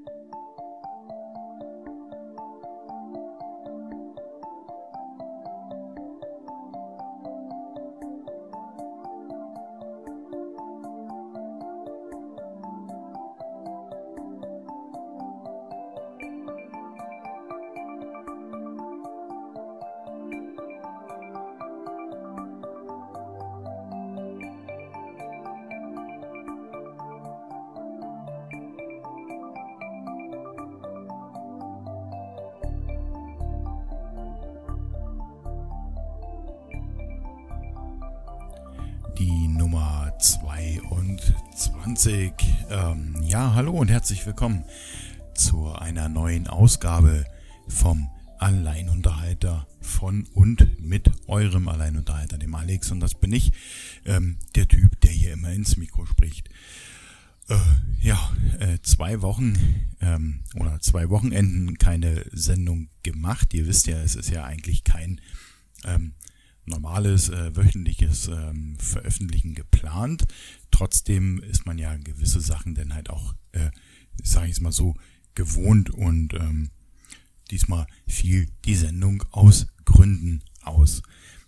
Die Nummer 22. Hallo und herzlich willkommen zu einer neuen Ausgabe vom Alleinunterhalter von und mit eurem Alleinunterhalter, dem Alex. Und das bin ich, der Typ, der hier immer ins Mikro spricht. 2 Wochen oder 2 Wochenenden keine Sendung gemacht. Ihr wisst ja, es ist ja eigentlich kein normales wöchentliches Veröffentlichen geplant. Trotzdem ist man ja gewisse Sachen dann halt auch, sage ich es mal so, gewohnt und diesmal fiel die Sendung aus Gründen aus.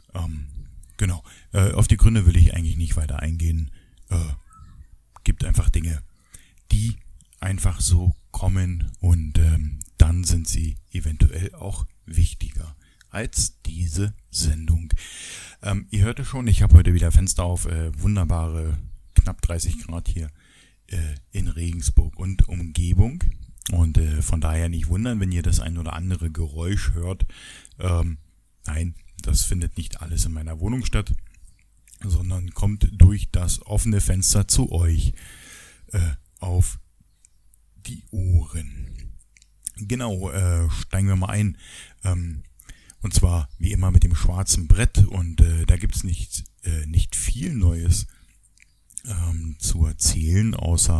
Auf die Gründe will ich eigentlich nicht weiter eingehen. Gibt einfach Dinge, die einfach so kommen und dann sind sie eventuell auch wichtiger als diese Sendung. Ihr hörte schon, ich habe heute wieder Fenster auf, wunderbare knapp 30 Grad hier in Regensburg und Umgebung. Und von daher nicht wundern, wenn ihr das ein oder andere Geräusch hört. Nein, das findet nicht alles in meiner Wohnung statt, sondern kommt durch das offene Fenster zu euch auf die Ohren. Genau, steigen wir mal ein. Und zwar wie immer mit dem schwarzen Brett. Und da gibt es nicht viel Neues zu erzählen, außer.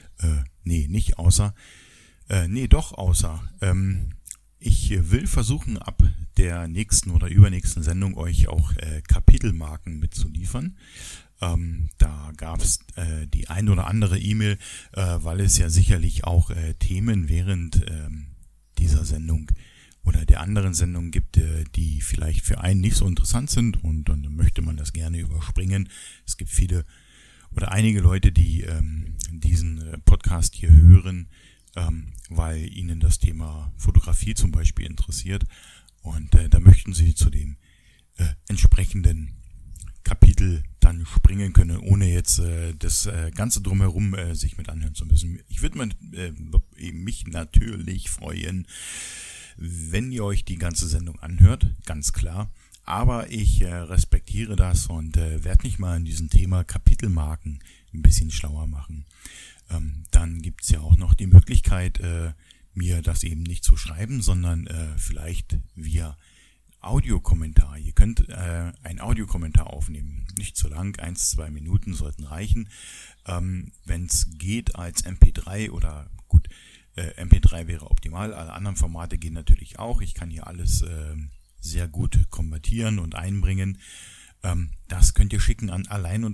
Ich will versuchen, ab der nächsten oder übernächsten Sendung euch auch Kapitelmarken mitzuliefern. Da gab es die ein oder andere E-Mail, weil es ja sicherlich auch Themen während dieser Sendung oder der anderen Sendung gibt, die vielleicht für einen nicht so interessant sind und dann möchte man das gerne überspringen. Es gibt viele oder einige Leute, die diesen Podcast hier hören, weil ihnen das Thema Fotografie zum Beispiel interessiert und da möchten sie zu dem entsprechenden Kapitel dann springen können, ohne jetzt das Ganze drumherum sich mit anhören zu müssen. Ich würde mich natürlich freuen, wenn ihr euch die ganze Sendung anhört, ganz klar. Aber ich respektiere das und werde mich mal in diesem Thema Kapitelmarken ein bisschen schlauer machen. Dann gibt es ja auch noch die Möglichkeit, mir das eben nicht zu schreiben, sondern vielleicht via Audiokommentar. Ihr könnt einen Audiokommentar aufnehmen. Nicht zu lang, 1-2 Minuten sollten reichen. Wenn es geht als MP3 oder gut, MP3 wäre optimal. Alle anderen Formate gehen natürlich auch. Ich kann hier alles sehr gut konvertieren und einbringen. Das könnt ihr schicken an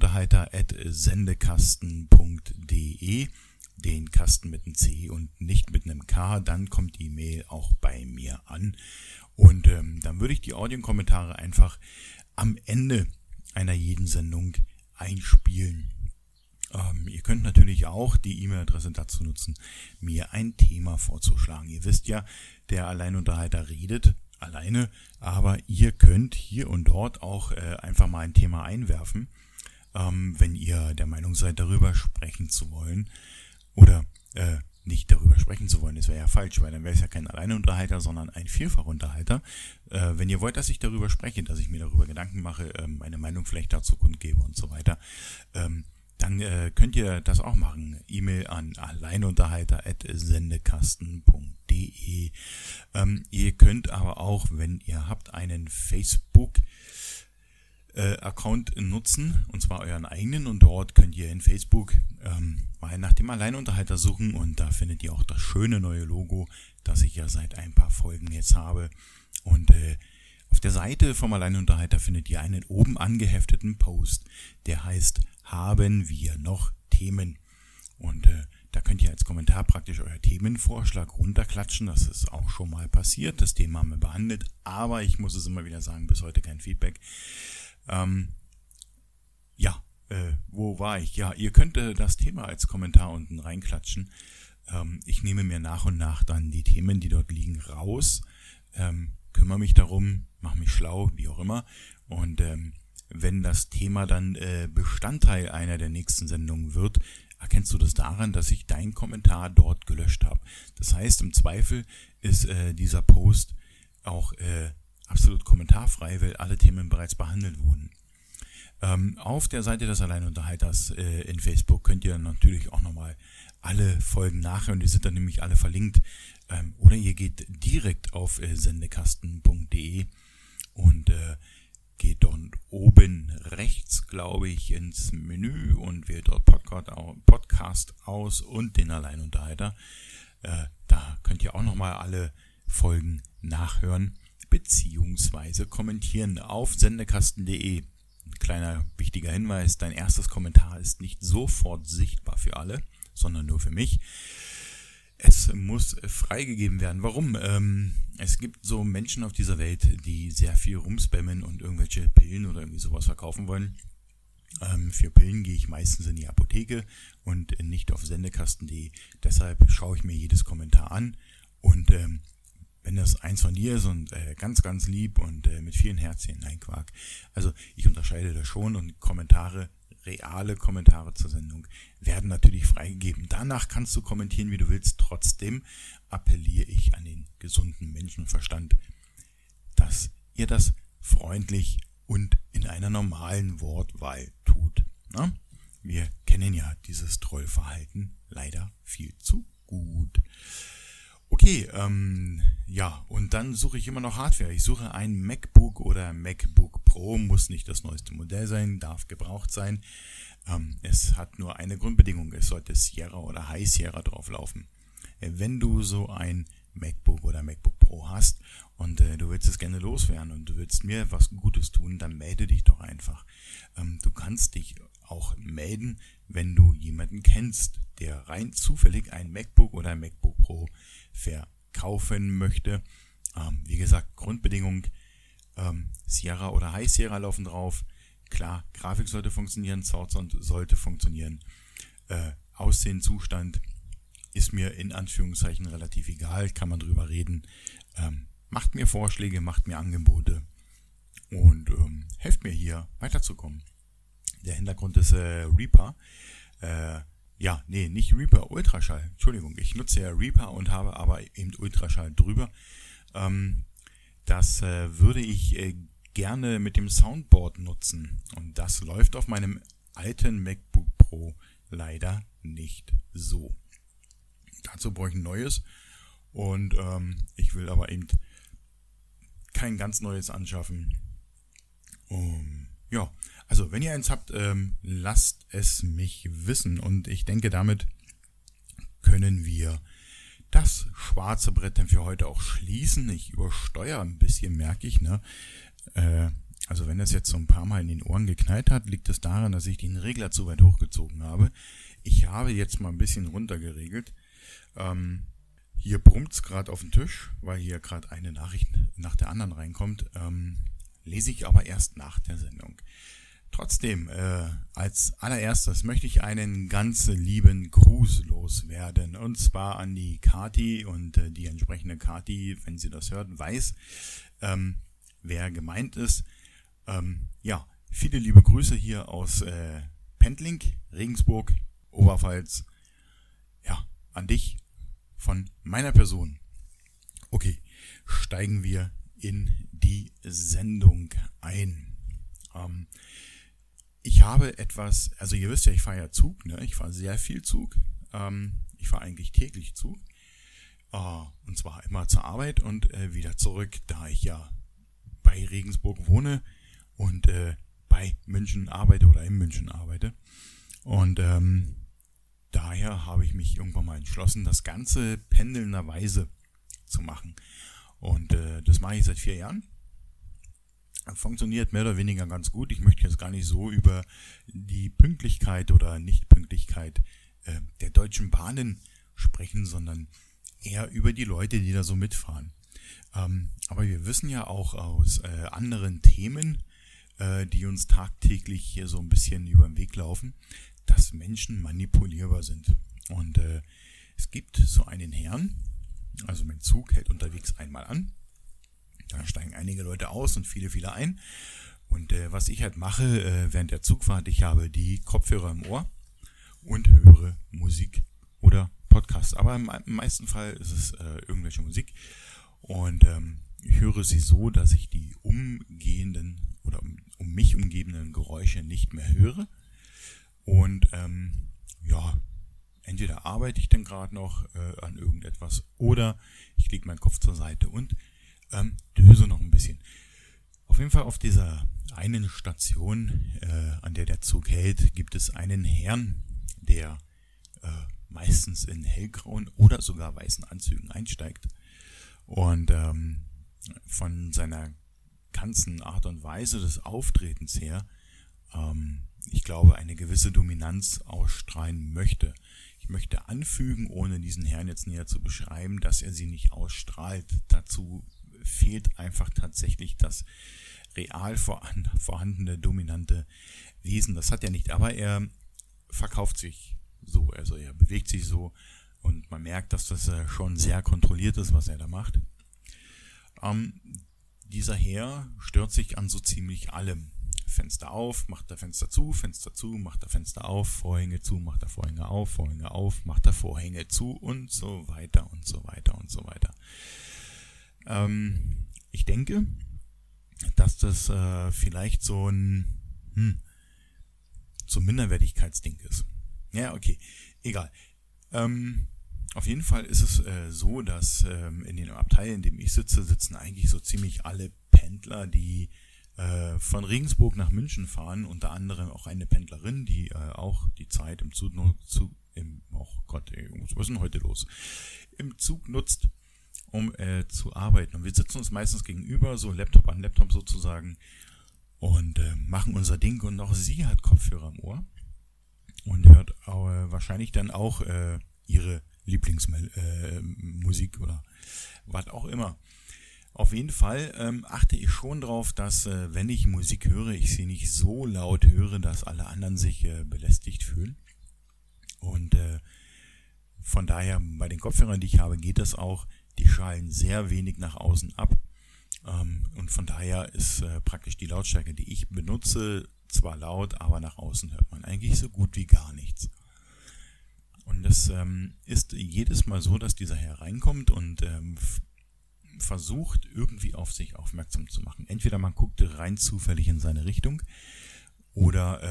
alleinunterhalter@sendekasten.de. Den Kasten mit einem C und nicht mit einem K. Dann kommt die Mail auch bei mir an. Und dann würde ich die Audiokommentare einfach am Ende einer jeden Sendung einspielen. Ihr könnt natürlich auch die E-Mail-Adresse dazu nutzen, mir ein Thema vorzuschlagen. Ihr wisst ja, der Alleinunterhalter redet alleine, aber ihr könnt hier und dort auch einfach mal ein Thema einwerfen, wenn ihr der Meinung seid, darüber sprechen zu wollen oder nicht darüber sprechen zu wollen. Das wäre ja falsch, weil dann wäre es ja kein Alleinunterhalter, sondern ein Vielfachunterhalter. Wenn ihr wollt, dass ich darüber spreche, dass ich mir darüber Gedanken mache, meine Meinung vielleicht dazu kundgebe und so weiter, dann könnt ihr das auch machen. E-Mail an alleinunterhalter@sendekasten.de. Ihr könnt aber auch, wenn ihr habt, einen Facebook-Account nutzen, und zwar euren eigenen, und dort könnt ihr in Facebook mal nach dem Alleinunterhalter suchen und da findet ihr auch das schöne neue Logo, das ich ja seit ein paar Folgen jetzt habe. Und auf der Seite vom Alleinunterhalter findet ihr einen oben angehefteten Post, der heißt: Haben wir noch Themen? Und da könnt ihr als Kommentar praktisch euer Themenvorschlag runterklatschen. Das ist auch schon mal passiert. Das Thema haben wir behandelt. Aber ich muss es immer wieder sagen, bis heute kein Feedback. Wo war ich? Ja, ihr könnt das Thema als Kommentar unten reinklatschen. Ich nehme mir nach und nach dann die Themen, die dort liegen, raus, kümmere mich darum, mache mich schlau, wie auch immer. Und wenn das Thema dann Bestandteil einer der nächsten Sendungen wird, erkennst du das daran, dass ich deinen Kommentar dort gelöscht habe. Das heißt, im Zweifel ist dieser Post auch absolut kommentarfrei, weil alle Themen bereits behandelt wurden. Auf der Seite des Alleinunterhalters in Facebook könnt ihr natürlich auch nochmal alle Folgen nachhören, die sind dann nämlich alle verlinkt. Oder ihr geht direkt auf sendekasten.de und geht dort oben rechts, glaube ich, ins Menü und wählt dort Podcast aus und den Alleinunterhalter. Da könnt ihr auch nochmal alle Folgen nachhören beziehungsweise kommentieren auf sendekasten.de. Ein kleiner wichtiger Hinweis, dein erstes Kommentar ist nicht sofort sichtbar für alle, sondern nur für mich. Es muss freigegeben werden. Warum? Es gibt so Menschen auf dieser Welt, die sehr viel rumspammen und irgendwelche Pillen oder irgendwie sowas verkaufen wollen. Für Pillen gehe ich meistens in die Apotheke und nicht auf sendekasten.de. Deshalb schaue ich mir jedes Kommentar an und wenn das eins von dir ist und ganz, ganz lieb und mit vielen Herzchen, nein, Quark. Also ich unterscheide das schon und Kommentare, reale Kommentare zur Sendung werden natürlich freigegeben. Danach kannst du kommentieren, wie du willst. Trotzdem appelliere ich an den gesunden Menschenverstand, dass ihr das freundlich und in einer normalen Wortwahl tut. Na? Wir kennen ja dieses Trollverhalten leider viel zu gut. Okay, und dann suche ich immer noch Hardware. Ich suche ein MacBook oder MacBook Pro, muss nicht das neueste Modell sein, darf gebraucht sein. Es hat nur eine Grundbedingung, es sollte Sierra oder High Sierra drauf laufen. Wenn du so ein MacBook oder MacBook Pro hast und du willst es gerne loswerden und du willst mir was Gutes tun, dann melde dich doch einfach. Du kannst dich auch melden, wenn du jemanden kennst, der rein zufällig ein MacBook oder ein MacBook Pro verkaufen möchte. Wie gesagt, Grundbedingung, Sierra oder High Sierra laufen drauf. Klar, Grafik sollte funktionieren, Sound sollte funktionieren. Aussehen, Zustand ist mir in Anführungszeichen relativ egal, kann man drüber reden. Macht mir Vorschläge, macht mir Angebote und helft mir hier weiterzukommen. Der Hintergrund ist Reaper. Nicht Reaper, Ultraschall. Entschuldigung, ich nutze ja Reaper und habe aber eben Ultraschall drüber. Das würde ich gerne mit dem Soundboard nutzen. Und das läuft auf meinem alten MacBook Pro leider nicht so. Dazu brauche ich ein neues. Und ich will aber eben kein ganz neues anschaffen. Also wenn ihr eins habt, lasst es mich wissen. Und ich denke, damit können wir das schwarze Brett dann für heute auch schließen. Ich übersteuere ein bisschen, merke ich. Ne? Also wenn das jetzt so ein paar Mal in den Ohren geknallt hat, liegt es daran, dass ich den Regler zu weit hochgezogen habe. Ich habe jetzt mal ein bisschen runtergeregelt. Hier brummt es gerade auf dem Tisch, weil hier gerade eine Nachricht nach der anderen reinkommt. Lese ich aber erst nach der Sendung. Trotzdem, als allererstes möchte ich einen ganz lieben Gruß loswerden. Und zwar an die Kati und die entsprechende Kati, wenn sie das hört, weiß, wer gemeint ist. Viele liebe Grüße hier aus Pendling, Regensburg, Oberpfalz. Ja, an dich von meiner Person. Okay, steigen wir in die Sendung ein. Ich habe etwas, also ihr wisst ja, ich fahre ja Zug, ne? Ich fahre sehr viel Zug. Ich fahre eigentlich täglich Zug. Und zwar immer zur Arbeit und wieder zurück, da ich ja bei Regensburg wohne und bei München arbeite oder in München arbeite. Und daher habe ich mich irgendwann mal entschlossen, das Ganze pendelnderweise zu machen. Und das mache ich seit 4 Jahren. Funktioniert mehr oder weniger ganz gut. Ich möchte jetzt gar nicht so über die Pünktlichkeit oder Nichtpünktlichkeit der Deutschen Bahnen sprechen, sondern eher über die Leute, die da so mitfahren. Aber wir wissen ja auch aus anderen Themen, die uns tagtäglich hier so ein bisschen über den Weg laufen, dass Menschen manipulierbar sind. Und es gibt so einen Herrn, also mein Zug hält unterwegs einmal an, da steigen einige Leute aus und viele ein. Und was ich halt mache während der Zugfahrt, ich habe die Kopfhörer im Ohr und höre Musik oder Podcast. Aber im meisten Fall ist es irgendwelche Musik. Und ich höre sie so, dass ich die umgehenden oder um mich umgebenden Geräusche nicht mehr höre. Und entweder arbeite ich dann gerade noch an irgendetwas oder ich lege meinen Kopf zur Seite und döse noch ein bisschen. Auf jeden Fall auf dieser einen Station, an der Zug hält, gibt es einen Herrn, der meistens in hellgrauen oder sogar weißen Anzügen einsteigt. Und von seiner ganzen Art und Weise des Auftretens her, ich glaube, eine gewisse Dominanz ausstrahlen möchte. Ich möchte anfügen, ohne diesen Herrn jetzt näher zu beschreiben, dass er sie nicht ausstrahlt. Dazu fehlt einfach tatsächlich das real vorhandene dominante Wesen. Das hat er nicht, aber er verkauft sich so, also er bewegt sich so und man merkt, dass das schon sehr kontrolliert ist, was er da macht. Dieser Herr stört sich an so ziemlich allem. Fenster auf, macht er Fenster zu, macht er Fenster auf, Vorhänge zu, macht er Vorhänge auf, macht er Vorhänge zu und so weiter und so weiter und so weiter. Ich denke, dass das vielleicht so ein Minderwertigkeitsding ist. Ja, okay, egal. Auf jeden Fall ist es so, dass in dem Abteil, in dem ich sitze, sitzen eigentlich so ziemlich alle Pendler, die von Regensburg nach München fahren, unter anderem auch eine Pendlerin, die auch die Zeit im Zug nutzt, um zu arbeiten. Und wir sitzen uns meistens gegenüber, so Laptop an Laptop sozusagen, und machen unser Ding. Und auch sie hat Kopfhörer im Ohr und hört wahrscheinlich dann auch ihre Lieblingsmusik oder was auch immer. Auf jeden Fall achte ich schon drauf, dass wenn ich Musik höre, ich sie nicht so laut höre, dass alle anderen sich belästigt fühlen. Und von daher bei den Kopfhörern, die ich habe, geht das auch. Die schallen sehr wenig nach außen ab. Und von daher ist praktisch die Lautstärke, die ich benutze, zwar laut, aber nach außen hört man eigentlich so gut wie gar nichts. Und das ist jedes Mal so, dass dieser Herr reinkommt und versucht irgendwie auf sich aufmerksam zu machen. Entweder man guckt rein zufällig in seine Richtung oder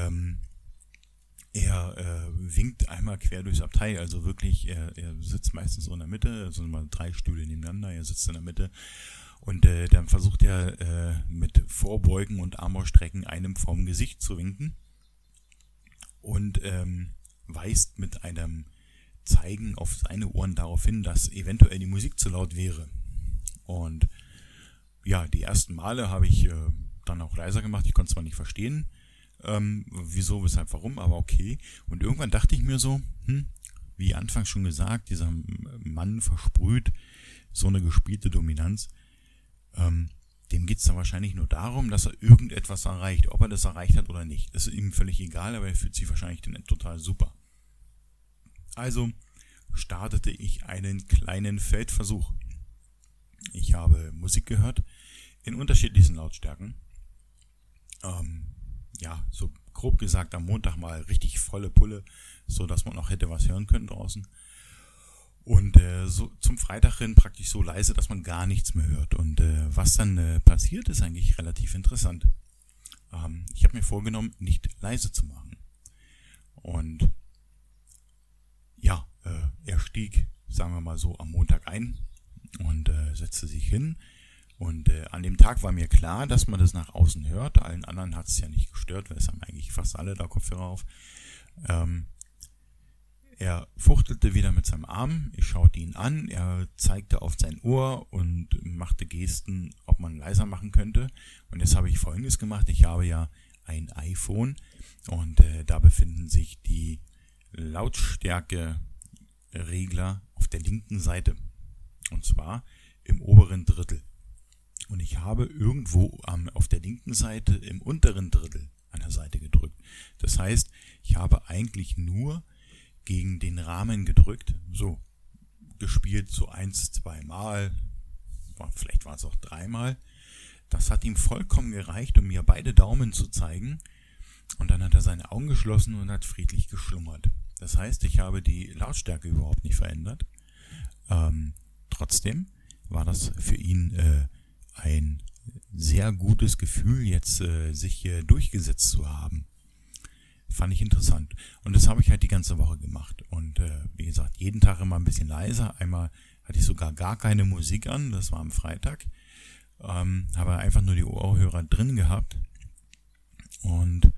er winkt einmal quer durchs Abteil. Also wirklich, er sitzt meistens so in der Mitte, also mal 3 Stühle nebeneinander, er sitzt in der Mitte und dann versucht er mit Vorbeugen und Armausstrecken einem vorm Gesicht zu winken und weist mit einem Zeigen auf seine Ohren darauf hin, dass eventuell die Musik zu laut wäre. Und ja, die ersten Male habe ich dann auch leiser gemacht. Ich konnte es zwar nicht verstehen, wieso, weshalb, warum, aber okay. Und irgendwann dachte ich mir so, wie anfangs schon gesagt, dieser Mann versprüht so eine gespielte Dominanz. Dem geht es dann wahrscheinlich nur darum, dass er irgendetwas erreicht. Ob er das erreicht hat oder nicht, ist ihm völlig egal, aber er fühlt sich wahrscheinlich dann total super. Also startete ich einen kleinen Feldversuch. Ich habe Musik gehört in unterschiedlichsten Lautstärken. So grob gesagt am Montag mal richtig volle Pulle, so dass man noch hätte was hören können draußen. Und so zum Freitag hin praktisch so leise, dass man gar nichts mehr hört. Und was dann passiert, ist eigentlich relativ interessant. Ich habe mir vorgenommen, nicht leise zu machen. Und er stieg, sagen wir mal so, am Montag ein und setzte sich hin. Und an dem Tag war mir klar, dass man das nach außen hört. Allen anderen hat es ja nicht gestört, weil es haben eigentlich fast alle da Kopfhörer auf. Er fuchtelte wieder mit seinem Arm, ich schaute ihn an, er zeigte auf sein Ohr und machte Gesten, ob man leiser machen könnte. Und jetzt habe ich Folgendes gemacht, ich habe ja ein iPhone und da befinden sich die Lautstärke-Regler auf der linken Seite. Und zwar im oberen Drittel. Und ich habe irgendwo auf der linken Seite im unteren Drittel an der Seite gedrückt. Das heißt, ich habe eigentlich nur gegen den Rahmen gedrückt, so gespielt so 1, 2 Mal, vielleicht war es auch 3 Mal. Das hat ihm vollkommen gereicht, um mir beide Daumen zu zeigen. Und dann hat er seine Augen geschlossen und hat friedlich geschlummert. Das heißt, ich habe die Lautstärke überhaupt nicht verändert. Trotzdem war das für ihn ein sehr gutes Gefühl, jetzt sich hier durchgesetzt zu haben. Fand ich interessant. Und das habe ich halt die ganze Woche gemacht. Und wie gesagt, jeden Tag immer ein bisschen leiser. Einmal hatte ich sogar gar keine Musik an, das war am Freitag. Habe einfach nur die Ohrhörer drin gehabt. Und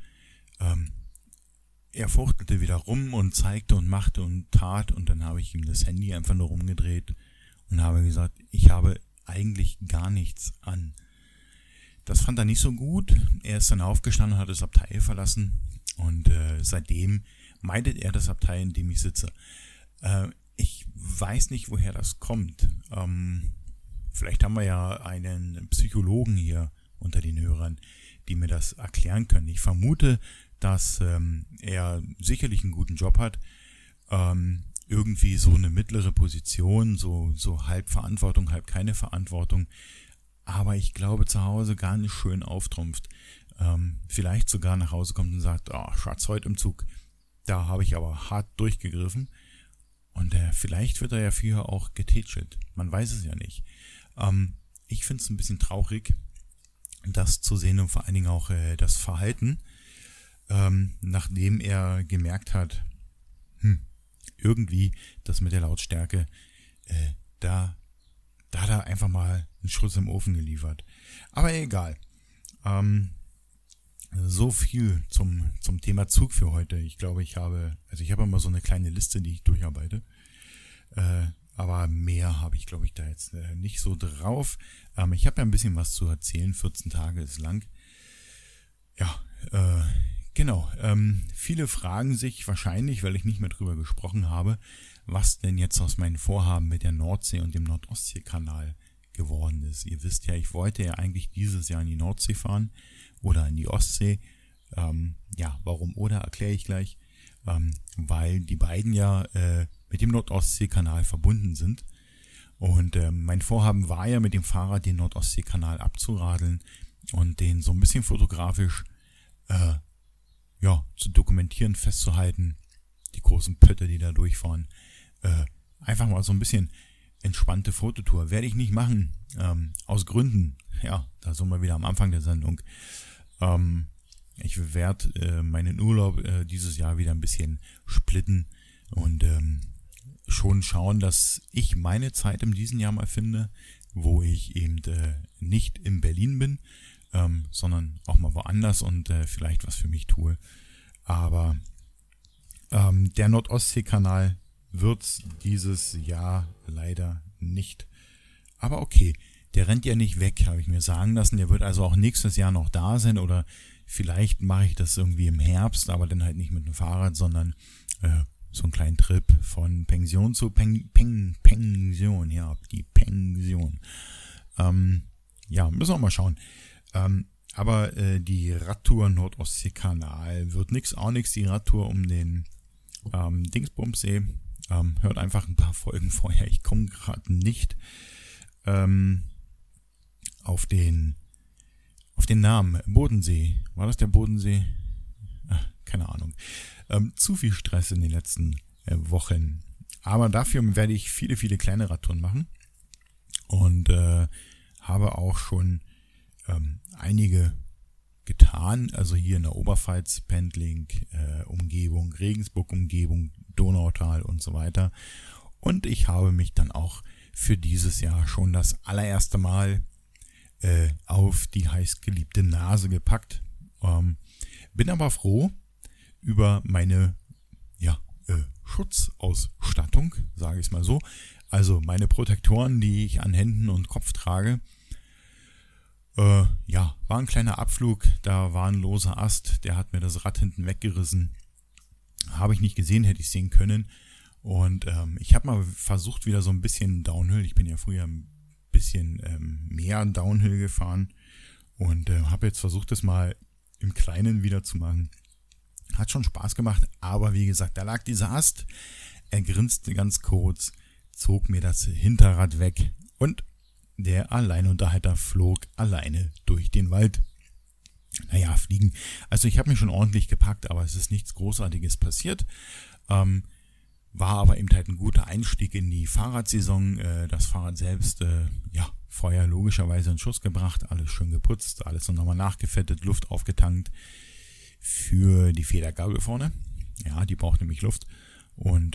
er fuchtelte wieder rum und zeigte und machte und tat. Und dann habe ich ihm das Handy einfach nur rumgedreht und habe gesagt, ich habe eigentlich gar nichts an. Das fand er nicht so gut. Er ist dann aufgestanden und hat das Abteil verlassen. Und seitdem meidet er das Abteil, in dem ich sitze. Ich weiß nicht, woher das kommt. Vielleicht haben wir ja einen Psychologen hier unter den Hörern, die mir das erklären können. Ich vermute, dass er sicherlich einen guten Job hat. Irgendwie so eine mittlere Position, so halb Verantwortung, halb keine Verantwortung. Aber ich glaube, zu Hause gar nicht schön auftrumpft. Vielleicht sogar nach Hause kommt und sagt, Schatz, heute im Zug. Da habe ich aber hart durchgegriffen. Und vielleicht wird er ja früher auch getätschelt. Man weiß es ja nicht. Ich finde es ein bisschen traurig, das zu sehen und vor allen Dingen auch das Verhalten, nachdem er gemerkt hat, irgendwie das mit der Lautstärke, da hat er einfach mal einen Schuss im Ofen geliefert. Aber egal. So viel zum Thema Zug für heute. Ich glaube, ich habe immer so eine kleine Liste, die ich durcharbeite. Aber mehr habe ich, glaube ich, da jetzt nicht so drauf. Ich habe ja ein bisschen was zu erzählen. 14 Tage ist lang. Ja, genau. Viele fragen sich wahrscheinlich, weil ich nicht mehr drüber gesprochen habe, was denn jetzt aus meinen Vorhaben mit der Nordsee und dem Nordostseekanal geworden ist. Ihr wisst ja, ich wollte ja eigentlich dieses Jahr in die Nordsee fahren oder in die Ostsee. Warum oder, erkläre ich gleich. Weil die beiden ja mit dem Nordostseekanal verbunden sind. Und mein Vorhaben war ja, mit dem Fahrrad den Nordostseekanal abzuradeln und den so ein bisschen fotografisch zu dokumentieren, festzuhalten. Die großen Pötte, die da durchfahren. Einfach mal so ein bisschen entspannte Fototour. Werde ich nicht machen, aus Gründen. Ja, da sind wir wieder am Anfang der Sendung. Ich werde meinen Urlaub dieses Jahr wieder ein bisschen splitten und schon schauen, dass ich meine Zeit in diesem Jahr mal finde, wo ich eben nicht in Berlin bin, sondern auch mal woanders und vielleicht was für mich tue. Aber der Nordostseekanal wird's dieses Jahr leider nicht. Aber okay, der rennt ja nicht weg, habe ich mir sagen lassen. Der wird also auch nächstes Jahr noch da sein oder vielleicht mache ich das irgendwie im Herbst, aber dann halt nicht mit dem Fahrrad, sondern so einen kleinen Trip von Pension zu Pension. Ja, die Pension. Müssen wir mal schauen. Aber die Radtour Nordostseekanal wird auch nix. Die Radtour um den Dingsbumsee. Hört einfach ein paar Folgen vorher. Ich komme gerade nicht auf den Namen. Bodensee. War das der Bodensee? Keine Ahnung. Zu viel Stress in den letzten Wochen. Aber dafür werde ich viele, viele kleine Radtouren machen. Und habe auch schon einige getan. Also hier in der Oberpfalz, Pendling, Umgebung, Regensburg-Umgebung, Donautal und so weiter. Und ich habe mich dann auch für dieses Jahr schon das allererste Mal auf die heißgeliebte Nase gepackt. Bin aber froh über meine Schutzausstattung, sage ich es mal so. Also meine Protektoren, die ich an Händen und Kopf trage. War ein kleiner Abflug, da war ein loser Ast, der hat mir das Rad hinten weggerissen. Habe ich nicht gesehen, hätte ich sehen können. Und ich habe mal versucht, wieder so ein bisschen Downhill. Ich bin ja früher ein bisschen mehr Downhill gefahren und habe jetzt versucht, das mal im Kleinen wieder zu machen. Hat schon Spaß gemacht, aber wie gesagt, da lag dieser Ast. Er grinste ganz kurz, zog mir das Hinterrad weg und der Alleinunterhalter flog alleine durch den Wald. Naja, fliegen. Also ich habe mich schon ordentlich gepackt, aber es ist nichts Großartiges passiert. War aber eben halt ein guter Einstieg in die Fahrradsaison. Das Fahrrad selbst, vorher logischerweise in Schuss gebracht, alles schön geputzt, alles nochmal nachgefettet, Luft aufgetankt für die Federgabel vorne. Ja, die braucht nämlich Luft. Und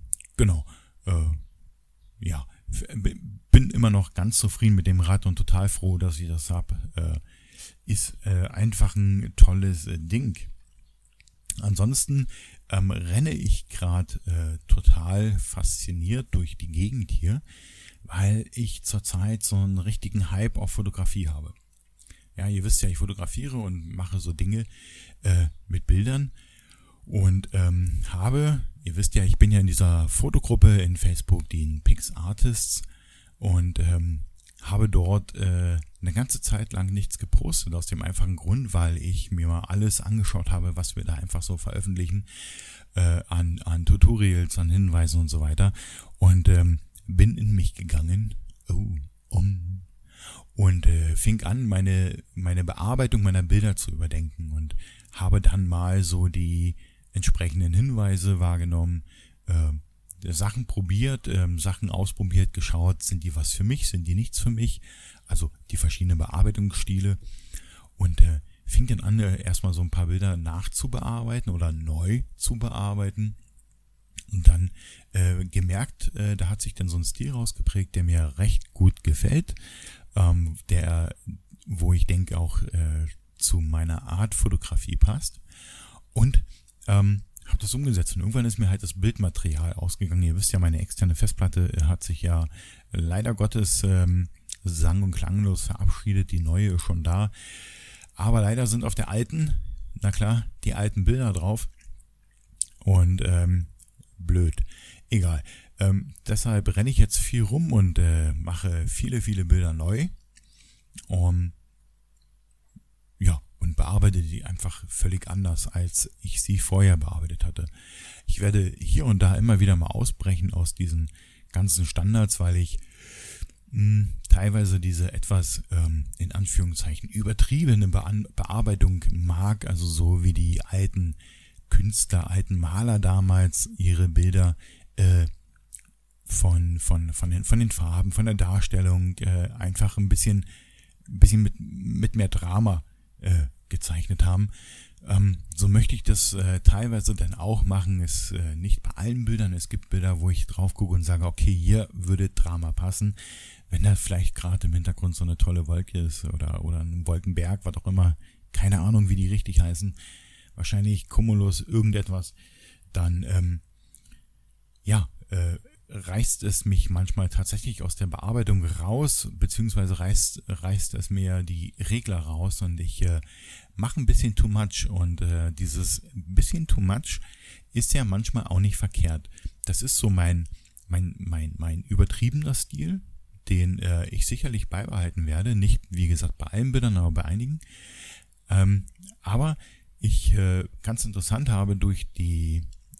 bin immer noch ganz zufrieden mit dem Rad und total froh, dass ich das habe. Ist einfach ein tolles Ding. Ansonsten renne ich gerade total fasziniert durch die Gegend hier, weil ich zurzeit so einen richtigen Hype auf Fotografie habe. Ja, ihr wisst ja, ich fotografiere und mache so Dinge mit Bildern und ihr wisst ja, ich bin ja in dieser Fotogruppe in Facebook, den PixArtists, und habe dort eine ganze Zeit lang nichts gepostet, aus dem einfachen Grund, weil ich mir mal alles angeschaut habe, was wir da einfach so veröffentlichen, an Tutorials, an Hinweisen und so weiter, und bin in mich gegangen und fing an, meine Bearbeitung meiner Bilder zu überdenken und habe dann mal so die entsprechenden Hinweise wahrgenommen, Sachen probiert, Sachen ausprobiert, geschaut, sind die was für mich, sind die nichts für mich, also die verschiedenen Bearbeitungsstile, und fing dann an, erstmal so ein paar Bilder nachzubearbeiten oder neu zu bearbeiten und dann gemerkt, da hat sich dann so ein Stil rausgeprägt, der mir recht gut gefällt, wo ich denke auch zu meiner Art Fotografie passt, und habe das umgesetzt, und irgendwann ist mir halt das Bildmaterial ausgegangen. Ihr wisst ja, meine externe Festplatte hat sich ja leider Gottes sang- und klanglos verabschiedet. Die neue ist schon da, aber leider sind auf der alten, na klar, die alten Bilder drauf, und blöd, egal. Deshalb renne ich jetzt viel rum und mache viele, viele Bilder neu, und bearbeite die einfach völlig anders, als ich sie vorher bearbeitet hatte. Ich werde hier und da immer wieder mal ausbrechen aus diesen ganzen Standards, weil ich teilweise diese etwas, in Anführungszeichen, übertriebene Bearbeitung mag, also so wie die alten Künstler, alten Maler damals ihre Bilder von den Farben, von der Darstellung einfach ein bisschen mit mehr Drama gezeichnet haben. So möchte ich das teilweise dann auch machen. Es nicht bei allen Bildern. Es gibt Bilder, wo ich drauf gucke und sage, okay, hier würde Drama passen. Wenn da vielleicht gerade im Hintergrund so eine tolle Wolke ist oder ein Wolkenberg, was auch immer, keine Ahnung, wie die richtig heißen, wahrscheinlich Cumulus, irgendetwas, dann reißt es mich manchmal tatsächlich aus der Bearbeitung raus, beziehungsweise reißt es mir die Regler raus, und ich mache ein bisschen too much, und dieses bisschen too much ist ja manchmal auch nicht verkehrt. Das ist so mein übertriebener Stil, den ich sicherlich beibehalten werde, nicht wie gesagt bei allen Bildern, aber bei einigen. Aber ich ganz interessant habe durch die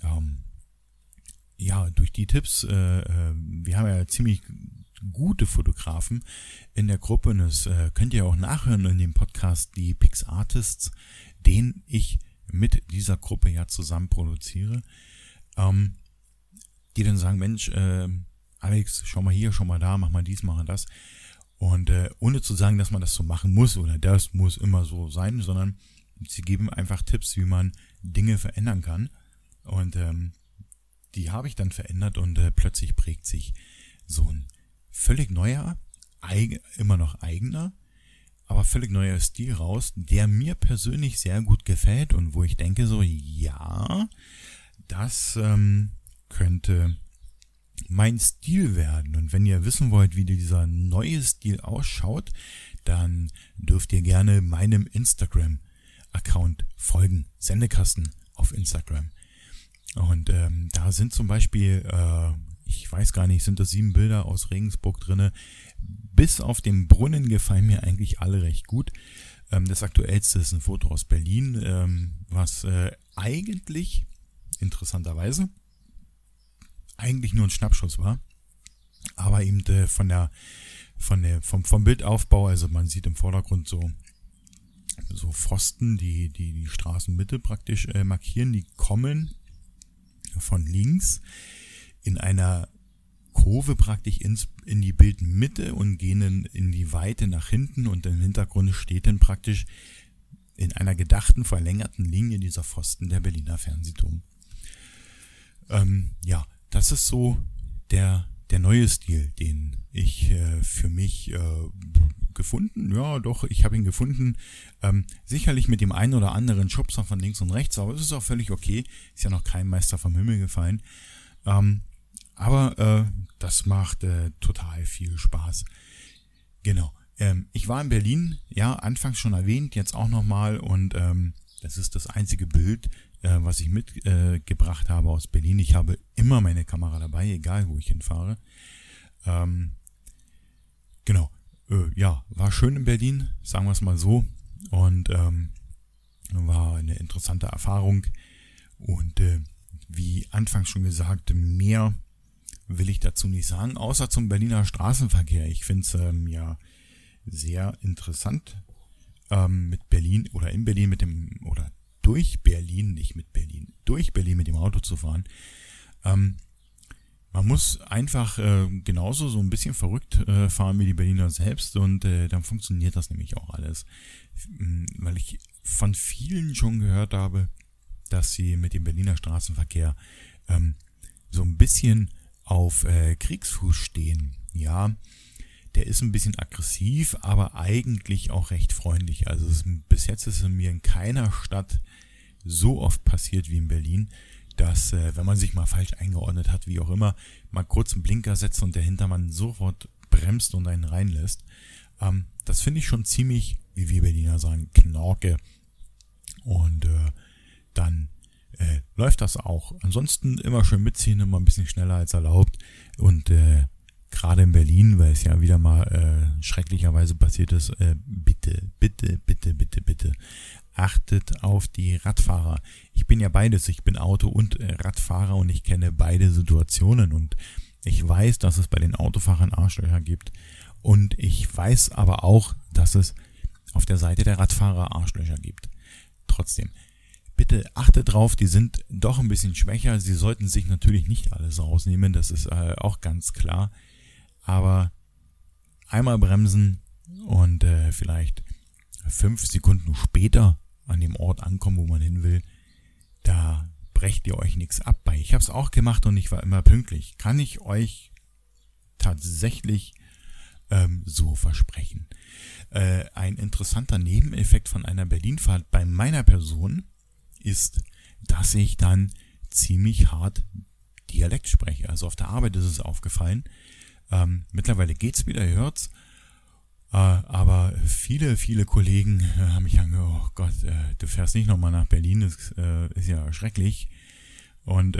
Tipps, wir haben ja ziemlich gute Fotografen in der Gruppe, und das könnt ihr auch nachhören in dem Podcast, die PixArtists, den ich mit dieser Gruppe ja zusammen produziere, die dann sagen, Mensch, Alex, schau mal hier, schau mal da, mach mal dies, mach mal das, und ohne zu sagen, dass man das so machen muss oder das muss immer so sein, sondern sie geben einfach Tipps, wie man Dinge verändern kann, und die habe ich dann verändert, und plötzlich prägt sich so ein völlig neuer, immer noch eigener, aber völlig neuer Stil raus, der mir persönlich sehr gut gefällt und wo ich denke so, ja, das könnte mein Stil werden. Und wenn ihr wissen wollt, wie dieser neue Stil ausschaut, dann dürft ihr gerne meinem Instagram-Account folgen, Sendekasten auf Instagram. Und da sind zum Beispiel, ich weiß gar nicht, sind das 7 Bilder aus Regensburg drinne. Bis auf den Brunnen gefallen mir eigentlich alle recht gut. Das aktuellste ist ein Foto aus Berlin, was eigentlich, interessanterweise, eigentlich nur ein Schnappschuss war. Aber eben vom Bildaufbau, also man sieht im Vordergrund so Pfosten, die Straßenmitte praktisch markieren, die kommen von links in einer Kurve praktisch in die Bildmitte und gehen in die Weite nach hinten, und im Hintergrund steht dann praktisch in einer gedachten verlängerten Linie dieser Pfosten der Berliner Fernsehturm. Ja, das ist so der neue Stil, den ich für mich gefunden. Ja, doch, ich habe ihn gefunden. Sicherlich mit dem einen oder anderen Schubser von links und rechts, aber es ist auch völlig okay. Ist ja noch kein Meister vom Himmel gefallen. Aber das macht total viel Spaß. Genau. Ich war in Berlin, ja, anfangs schon erwähnt, jetzt auch nochmal, und das ist das einzige Bild, was ich mitgebracht habe aus Berlin. Ich habe immer meine Kamera dabei, egal wo ich hinfahre. Genau. Ja, war schön in Berlin, sagen wir es mal so. Und war eine interessante Erfahrung. Und wie anfangs schon gesagt, mehr will ich dazu nicht sagen, außer zum Berliner Straßenverkehr. Ich finde es ja sehr interessant, mit Berlin oder in Berlin mit dem, oder durch Berlin, nicht mit Berlin, durch Berlin mit dem Auto zu fahren. Man muss einfach genauso so ein bisschen verrückt fahren wie die Berliner selbst, und dann funktioniert das nämlich auch alles. Weil ich von vielen schon gehört habe, dass sie mit dem Berliner Straßenverkehr so ein bisschen auf Kriegsfuß stehen. Ja, der ist ein bisschen aggressiv, aber eigentlich auch recht freundlich. Also bis jetzt ist es mir in keiner Stadt so oft passiert wie in Berlin, dass, wenn man sich mal falsch eingeordnet hat, wie auch immer, mal kurz einen Blinker setzt und der Hintermann sofort bremst und einen reinlässt. Das finde ich schon ziemlich, wie wir Berliner sagen, Knorke. Und dann läuft das auch. Ansonsten immer schön mitziehen, immer ein bisschen schneller als erlaubt. Und gerade in Berlin, weil es ja wieder mal schrecklicherweise passiert ist, bitte achtet auf die Radfahrer. Ich bin ja beides, ich bin Auto- und Radfahrer, und ich kenne beide Situationen, und ich weiß, dass es bei den Autofahrern Arschlöcher gibt, und ich weiß aber auch, dass es auf der Seite der Radfahrer Arschlöcher gibt. Trotzdem, bitte achtet drauf, die sind doch ein bisschen schwächer, sie sollten sich natürlich nicht alles rausnehmen, das ist auch ganz klar, aber einmal bremsen und vielleicht 5 Sekunden später an dem Ort ankommen, wo man hin will, da brecht ihr euch nichts ab bei. Ich habe es auch gemacht und ich war immer pünktlich. Kann ich euch tatsächlich so versprechen. Ein interessanter Nebeneffekt von einer Berlinfahrt bei meiner Person ist, dass ich dann ziemlich hart Dialekt spreche. Also auf der Arbeit ist es aufgefallen. Mittlerweile geht's wieder, ihr hört's. Aber viele Kollegen haben mich angehört, oh Gott, du fährst nicht nochmal nach Berlin, das ist ja schrecklich. Und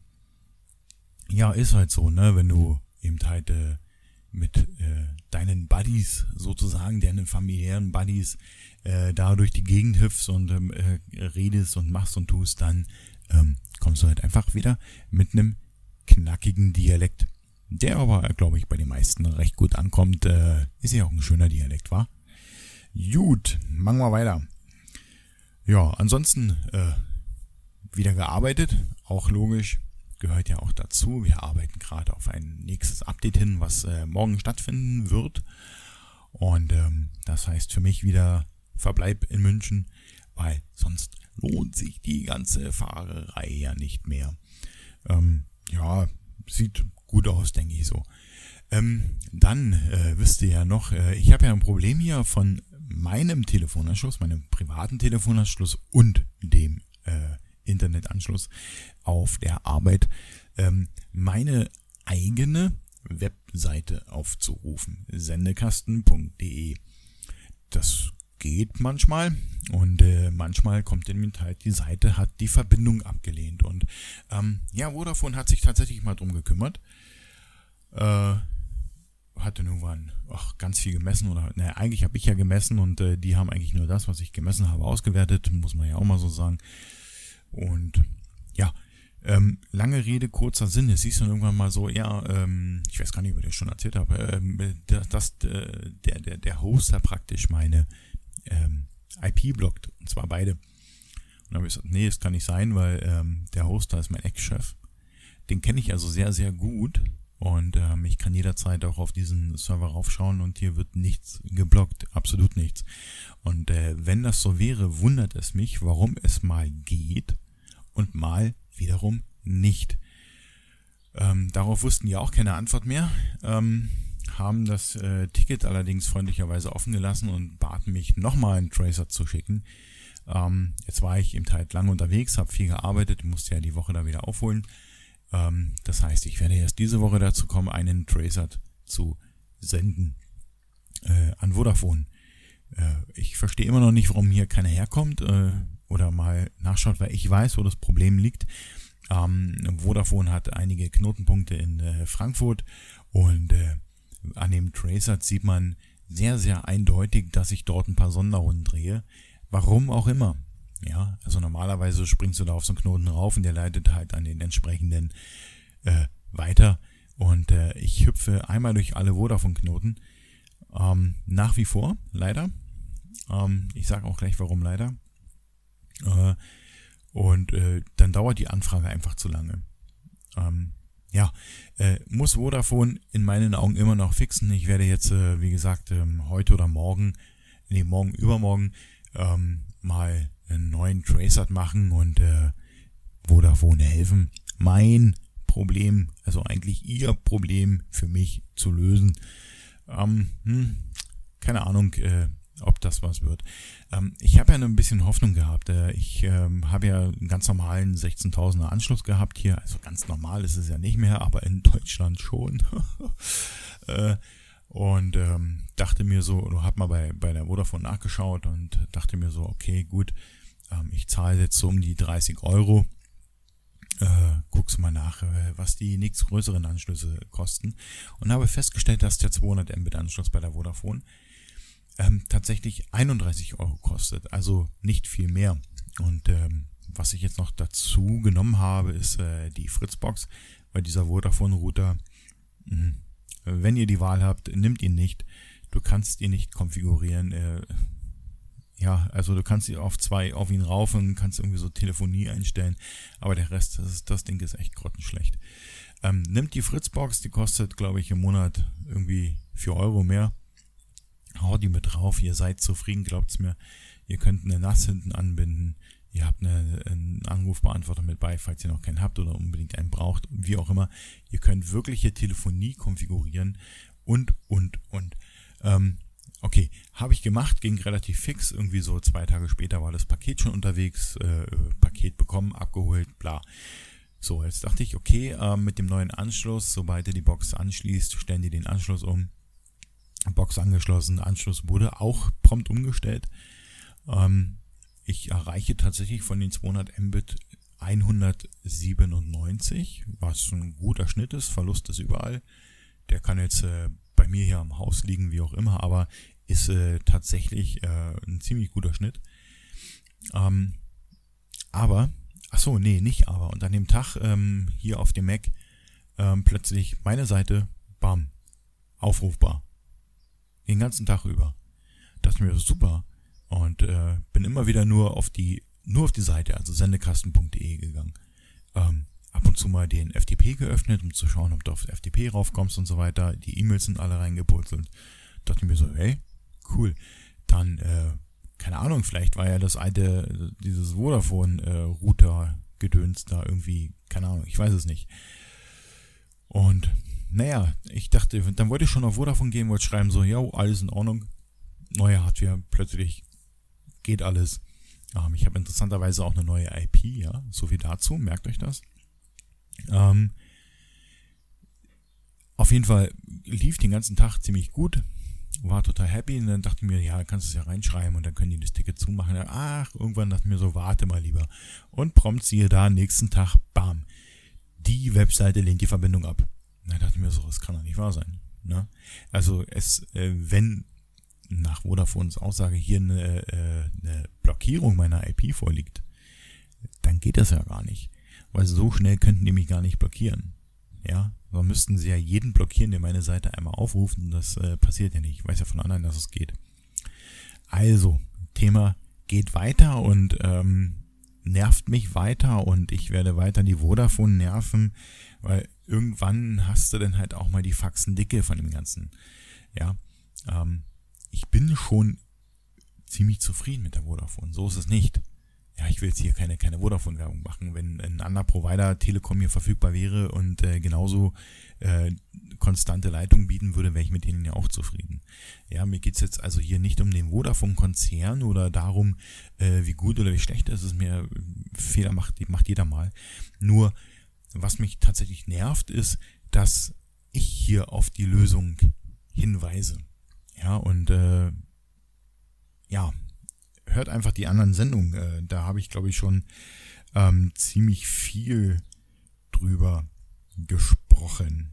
ja, ist halt so, ne, wenn du eben halt mit deinen Buddies sozusagen, deinen familiären Buddies da durch die Gegend hüpfst und redest und machst und tust, dann kommst du halt einfach wieder mit einem knackigen Dialekt. Der aber, glaube ich, bei den meisten recht gut ankommt. Ist ja auch ein schöner Dialekt, wa? Gut, machen wir weiter. Ja, ansonsten wieder gearbeitet, auch logisch, gehört ja auch dazu. Wir arbeiten gerade auf ein nächstes Update hin, was morgen stattfinden wird. Und das heißt für mich wieder Verbleib in München, weil sonst lohnt sich die ganze Fahrerei ja nicht mehr. Ja, sieht gut aus, denke ich so. Dann wisst ihr ja noch, ich habe ja ein Problem hier von meinem Telefonanschluss, meinem privaten Telefonanschluss und dem Internetanschluss auf der Arbeit, meine eigene Webseite aufzurufen, sendekasten.de. Das geht manchmal und manchmal kommt in mir halt, die Seite hat die Verbindung abgelehnt und Vodafone hat sich tatsächlich mal drum gekümmert, hatte irgendwann ganz viel gemessen eigentlich habe ich ja gemessen und die haben eigentlich nur das, was ich gemessen habe, ausgewertet, muss man ja auch mal so sagen. Und ja, lange Rede, kurzer Sinn. Es hieß dann irgendwann mal so, ich weiß gar nicht, ob ich das schon erzählt habe, dass der Hoster praktisch meine IP blockt, und zwar beide. Und dann habe ich gesagt, nee, das kann nicht sein, weil der Hoster ist mein Ex-Chef. Den kenne ich also sehr, sehr gut und ich kann jederzeit auch auf diesen Server raufschauen und hier wird nichts geblockt, absolut nichts. Und wenn das so wäre, wundert es mich, warum es mal geht und mal wiederum nicht. Darauf wussten die auch keine Antwort mehr, haben das Ticket allerdings freundlicherweise offen gelassen und baten mich nochmal einen Tracer zu schicken. Jetzt war ich eben halt lange unterwegs, habe viel gearbeitet, musste ja die Woche da wieder aufholen. Das heißt, ich werde erst diese Woche dazu kommen, einen Tracer zu senden an Vodafone. Ich verstehe immer noch nicht, warum hier keiner herkommt oder mal nachschaut, weil ich weiß, wo das Problem liegt. Vodafone hat einige Knotenpunkte in Frankfurt und an dem Tracer sieht man sehr, sehr eindeutig, dass ich dort ein paar Sonderrunden drehe. Warum auch immer. Ja, also normalerweise springst du da auf so einen Knoten rauf und der leitet halt an den entsprechenden weiter. Und ich hüpfe einmal durch alle Vodafone-Knoten. Nach wie vor, leider. Ich sage auch gleich, warum leider. Dann dauert die Anfrage einfach zu lange. Muss Vodafone in meinen Augen immer noch fixen. Ich werde jetzt, wie gesagt, heute oder übermorgen mal einen neuen Tracer machen und Vodafone helfen, mein Problem, also eigentlich ihr Problem für mich zu lösen. Keine Ahnung, ob das was wird. Ich habe ja ein bisschen Hoffnung gehabt. Ich habe ja einen ganz normalen 16.000er Anschluss gehabt hier. Also ganz normal ist es ja nicht mehr, aber in Deutschland schon. Und dachte mir so, oder habe mal bei der Vodafone nachgeschaut und dachte mir so, okay, gut, ich zahle jetzt so um die 30 Euro. Guckst mal nach, was die nichts größeren Anschlüsse kosten. Und habe festgestellt, dass der 200 Mbit Anschluss bei der Vodafone tatsächlich 31 Euro kostet, also nicht viel mehr. Und was ich jetzt noch dazu genommen habe, ist die Fritzbox, weil dieser Vodafone-Router, wenn ihr die Wahl habt, nimmt ihn nicht. Du kannst ihn nicht konfigurieren. Also du kannst auf ihn rauf und kannst irgendwie so Telefonie einstellen, aber der Rest, das Ding ist echt grottenschlecht. Nimmt die Fritzbox, die kostet, glaube ich, im Monat irgendwie 4 Euro mehr. Haut die mit drauf, ihr seid zufrieden, glaubt's mir. Ihr könnt eine NAS hinten anbinden, ihr habt einen Anrufbeantworter mit bei, falls ihr noch keinen habt oder unbedingt einen braucht, wie auch immer. Ihr könnt wirkliche Telefonie konfigurieren und. Okay, habe ich gemacht, ging relativ fix, irgendwie so 2 Tage später war das Paket schon unterwegs, Paket bekommen, abgeholt, bla. So, jetzt dachte ich, okay, mit dem neuen Anschluss, sobald ihr die Box anschließt, stellen die den Anschluss um. Box angeschlossen, Anschluss wurde auch prompt umgestellt. Ich erreiche tatsächlich von den 200 Mbit 197, was ein guter Schnitt ist, Verlust ist überall. Der kann jetzt bei mir hier am Haus liegen, wie auch immer, aber ist tatsächlich ein ziemlich guter Schnitt. Und an dem Tag hier auf dem Mac plötzlich meine Seite, bam, aufrufbar. Den ganzen Tag über. Dachte mir, super. Und bin immer wieder nur auf die Seite, also sendekasten.de gegangen. Ab und zu mal den FTP geöffnet, um zu schauen, ob du auf FTP raufkommst und so weiter. Die E-Mails sind alle reingepurzelt. Dachte mir so, hey, cool. Dann, keine Ahnung, vielleicht war ja dieses Vodafone-Router-Gedöns da irgendwie, keine Ahnung, ich weiß es nicht. Und naja, ich dachte, dann wollte ich schon auf Vodafone gehen, wollte schreiben so, ja, alles in Ordnung. Neue Hardware, plötzlich geht alles. Ich habe interessanterweise auch eine neue IP, ja, so viel dazu, merkt euch das. Auf jeden Fall lief den ganzen Tag ziemlich gut. war total happy und dann dachte ich mir, ja, kannst du es ja reinschreiben und dann können die das Ticket zumachen. Ach, irgendwann dachte ich mir so, warte mal lieber. Und prompt siehe da, nächsten Tag, bam, die Webseite lehnt die Verbindung ab. Da dachte ich mir so, das kann doch nicht wahr sein. Ne? Also wenn nach Vodafones Aussage hier eine Blockierung meiner IP vorliegt, dann geht das ja gar nicht. Weil so schnell könnten die mich gar nicht blockieren. Ja, dann müssten sie ja jeden blockieren, der meine Seite einmal aufruft. Und das passiert ja nicht. Ich weiß ja von anderen, dass es geht. Also, Thema geht weiter und nervt mich weiter und ich werde weiter die Vodafone nerven, weil irgendwann hast du dann halt auch mal die Faxen dicke von dem Ganzen. Ja, ich bin schon ziemlich zufrieden mit der Vodafone. So ist es nicht. Ja, ich will jetzt hier keine Vodafone-Werbung machen. Wenn ein anderer Provider Telekom hier verfügbar wäre und genauso konstante Leitungen bieten würde, wäre ich mit denen ja auch zufrieden. Ja, mir geht's jetzt also hier nicht um den Vodafone-Konzern oder darum, wie gut oder wie schlecht es ist. Mir Fehler macht jeder mal. Nur, was mich tatsächlich nervt, ist, dass ich hier auf die Lösung hinweise. Ja, und hört einfach die anderen Sendungen. Da habe ich, glaube ich, schon ziemlich viel drüber gesprochen.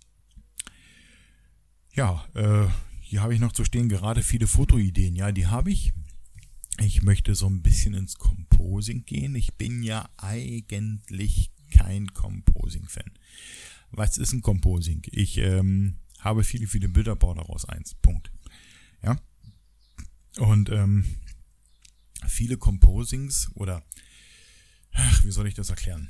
Ja, hier habe ich noch zu stehen, gerade viele Fotoideen. Ja, die habe ich. Ich möchte so ein bisschen ins Composing gehen. Ich bin ja eigentlich kein Composing-Fan. Was ist ein Composing? Ich habe viele Bilder, baue daraus eins. Punkt. Ja. Und viele Composings oder, wie soll ich das erklären?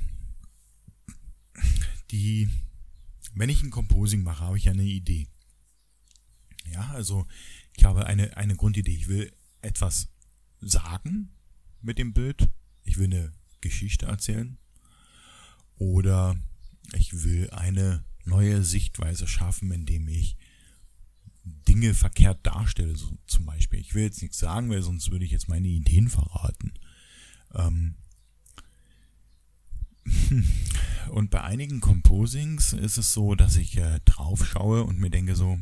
Wenn ich ein Composing mache, habe ich ja eine Idee. Ja, also ich habe eine Grundidee. Ich will etwas sagen mit dem Bild. Ich will eine Geschichte erzählen. Oder ich will eine neue Sichtweise schaffen, indem ich Dinge verkehrt darstelle, so zum Beispiel. Ich will jetzt nichts sagen, weil sonst würde ich jetzt meine Ideen verraten. Und bei einigen Composings ist es so, dass ich drauf schaue und mir denke so,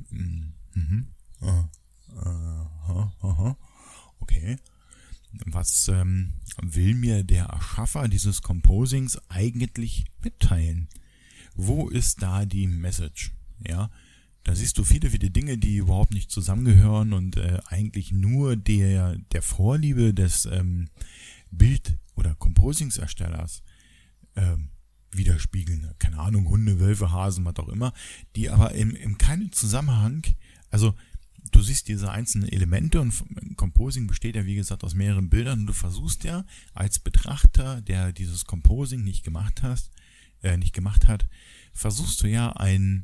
okay, was will mir der Erschaffer dieses Composings eigentlich mitteilen? Wo ist da die Message? Ja, da siehst du viele Dinge, die überhaupt nicht zusammengehören und eigentlich nur der Vorliebe des Bild- oder Composingserstellers widerspiegeln. Keine Ahnung, Hunde, Wölfe, Hasen, was auch immer, die aber im keinen Zusammenhang, also du siehst diese einzelnen Elemente und Composing besteht ja wie gesagt aus mehreren Bildern und du versuchst ja als Betrachter, der dieses Composing nicht gemacht hat, versuchst du ja eine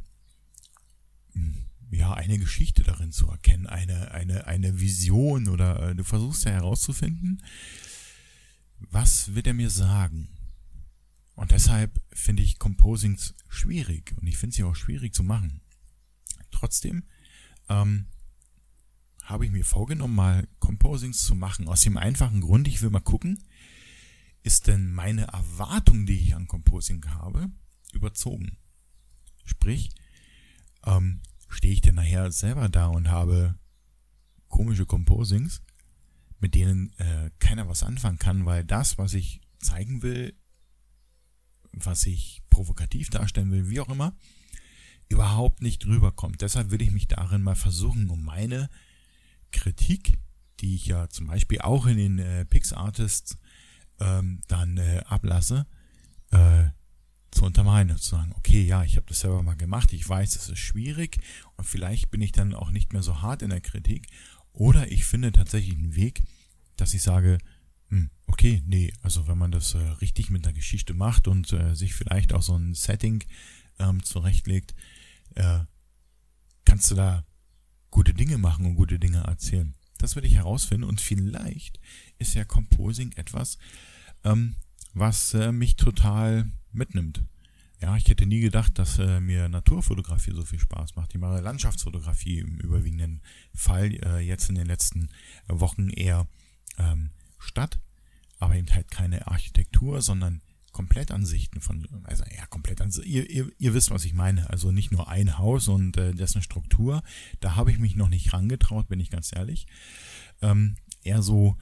Geschichte darin zu erkennen, eine Vision oder du versuchst ja herauszufinden, was wird er mir sagen? Und deshalb finde ich Composings schwierig und ich finde sie auch schwierig zu machen. Trotzdem habe ich mir vorgenommen, mal Composings zu machen. Aus dem einfachen Grund, ich will mal gucken, ist denn meine Erwartung, die ich an Composing habe, überzogen? Sprich, stehe ich denn nachher selber da und habe komische Composings, mit denen keiner was anfangen kann, weil das, was ich zeigen will, was ich provokativ darstellen will, wie auch immer, überhaupt nicht rüberkommt. Deshalb will ich mich darin mal versuchen, um meine Kritik, die ich ja zum Beispiel auch in den PixArtists dann ablasse, zu untermalen, zu sagen, okay, ja, ich habe das selber mal gemacht, ich weiß, es ist schwierig und vielleicht bin ich dann auch nicht mehr so hart in der Kritik oder ich finde tatsächlich einen Weg, dass ich sage, okay, nee, also wenn man das richtig mit einer Geschichte macht und sich vielleicht auch so ein Setting zurechtlegt, kannst du da gute Dinge machen und gute Dinge erzählen. Das will ich herausfinden und vielleicht ist ja Composing etwas, was mich total mitnimmt. Ja, ich hätte nie gedacht, dass mir Naturfotografie so viel Spaß macht. Ich mache Landschaftsfotografie im überwiegenden Fall, jetzt in den letzten Wochen eher Stadt, aber eben halt keine Architektur, sondern Komplettansichten ihr wisst, was ich meine. Also nicht nur ein Haus und dessen Struktur. Da habe ich mich noch nicht rangetraut, bin ich ganz ehrlich. Eher so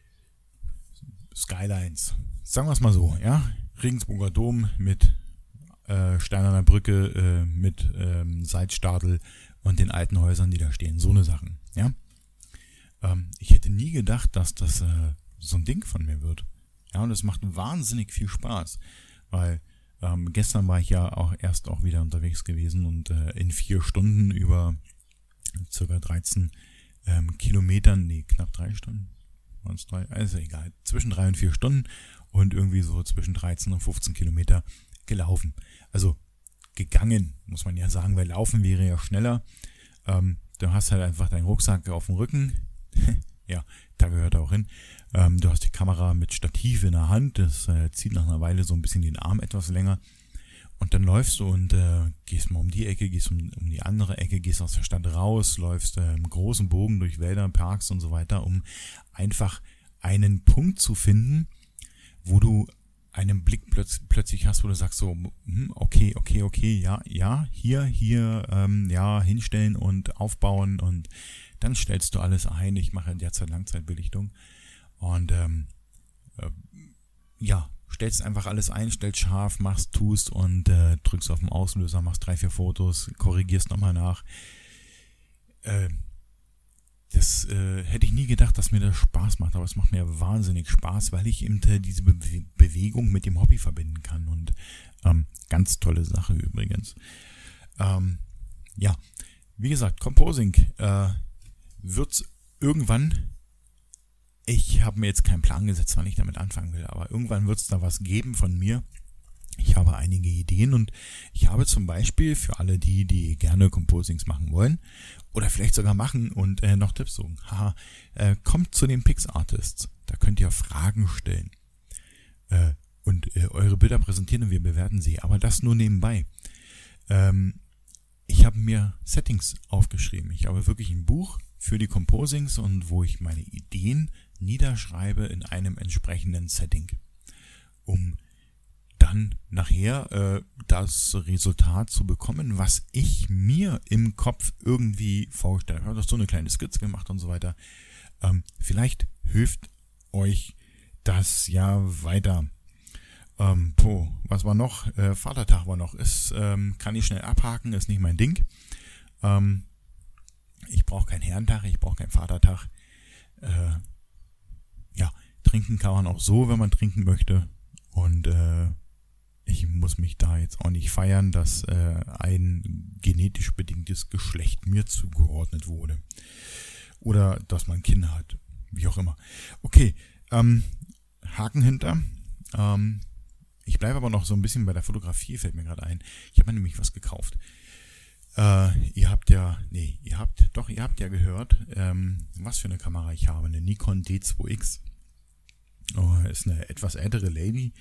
Skylines. Sagen wir es mal so, ja. Regensburger Dom mit Steinerner Brücke, mit Seitstadel und den alten Häusern, die da stehen. So eine Sachen, ja. Ich hätte nie gedacht, dass das so ein Ding von mir wird. Ja, und es macht wahnsinnig viel Spaß, weil gestern war ich ja auch wieder unterwegs gewesen und in 4 Stunden über ca. 13 Kilometern, knapp 3 Stunden, waren es 3, also egal, zwischen 3 und 4 Stunden und irgendwie so zwischen 13 und 15 Kilometer gelaufen. Also gegangen, muss man ja sagen, weil laufen wäre ja schneller. Du hast halt einfach deinen Rucksack auf dem Rücken. Ja, da gehört er auch hin. Du hast die Kamera mit Stativ in der Hand. Das zieht nach einer Weile so ein bisschen den Arm etwas länger. Und dann läufst du und gehst mal um die Ecke, gehst um die andere Ecke, gehst aus der Stadt raus, läufst im großen Bogen durch Wälder, Parks und so weiter, um einfach einen Punkt zu finden, wo du einen Blick plötzlich hast, wo du sagst so, okay, ja, hier, ja, hinstellen und aufbauen und dann stellst du alles ein. Ich mache derzeit Langzeitbelichtung und stellst einfach alles ein, stellst scharf, tust und drückst auf den Auslöser, machst 3, 4 Fotos, korrigierst nochmal nach. Das hätte ich nie gedacht, dass mir das Spaß macht, aber es macht mir wahnsinnig Spaß, weil ich eben diese Bewegung mit dem Hobby verbinden kann und ganz tolle Sache übrigens. Wie gesagt, Composing wird's irgendwann, ich habe mir jetzt keinen Plan gesetzt, wann ich damit anfangen will, aber irgendwann wird's da was geben von mir. Ich habe einige Ideen und ich habe zum Beispiel für alle die gerne Composings machen wollen oder vielleicht sogar machen und noch Tipps suchen. Kommt zu den PixArtists. Da könnt ihr Fragen stellen und eure Bilder präsentieren und wir bewerten sie. Aber das nur nebenbei. Ich habe mir Settings aufgeschrieben. Ich habe wirklich ein Buch für die Composings und wo ich meine Ideen niederschreibe in einem entsprechenden Setting, um dann nachher das Resultat zu bekommen, was ich mir im Kopf irgendwie vorstelle. Ich habe so eine kleine Skizze gemacht und so weiter. Vielleicht hilft euch das ja weiter. Was war noch? Vatertag war noch. Kann ich schnell abhaken, ist nicht mein Ding. Ich brauche keinen Herrentag, ich brauche keinen Vatertag. Trinken kann man auch so, wenn man trinken möchte. Und ich muss mich da jetzt auch nicht feiern, dass ein genetisch bedingtes Geschlecht mir zugeordnet wurde. Oder dass man Kinder hat. Wie auch immer. Okay, Haken hinter. Ich bleibe aber noch so ein bisschen bei der Fotografie, fällt mir gerade ein. Ich habe mir nämlich was gekauft. Ihr habt ja gehört, was für eine Kamera ich habe. Eine Nikon D2X. Ist eine etwas ältere Lady.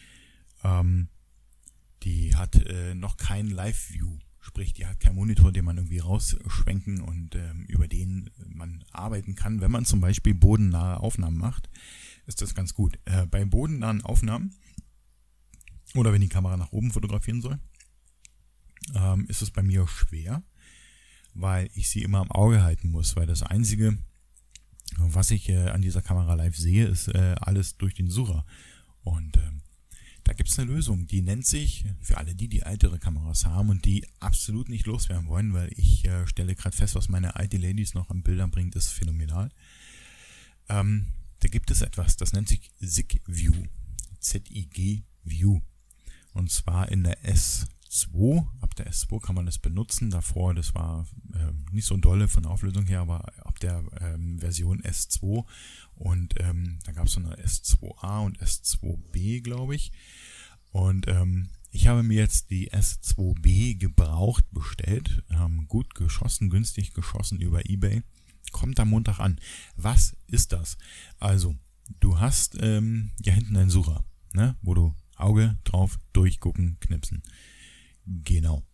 Die hat noch kein Live-View. Sprich, die hat keinen Monitor, den man irgendwie rausschwenken und über den man arbeiten kann. Wenn man zum Beispiel bodennahe Aufnahmen macht, ist das ganz gut. Bei bodennahen Aufnahmen oder wenn die Kamera nach oben fotografieren soll, ist es bei mir schwer, weil ich sie immer am Auge halten muss, weil das Einzige, was ich an dieser Kamera live sehe, ist alles durch den Sucher. Und da gibt es eine Lösung, die nennt sich, für alle die ältere Kameras haben und die absolut nicht loswerden wollen, weil ich stelle gerade fest, was meine alte Ladies noch an Bildern bringt, ist phänomenal. Da gibt es etwas, das nennt sich ZigView. Z-I-G-View. Und zwar in der S2. Ab der S2 kann man das benutzen. Davor, das war nicht so dolle von der Auflösung her, aber ab der Version S2. Und da gab es so eine S2A und S2B, glaube ich. Und ich habe mir jetzt die S2B gebraucht bestellt. Gut geschossen, günstig geschossen über eBay. Kommt am Montag an. Was ist das? Also, du hast hier hinten einen Sucher, ne, wo du Auge drauf, durchgucken, knipsen. Genau.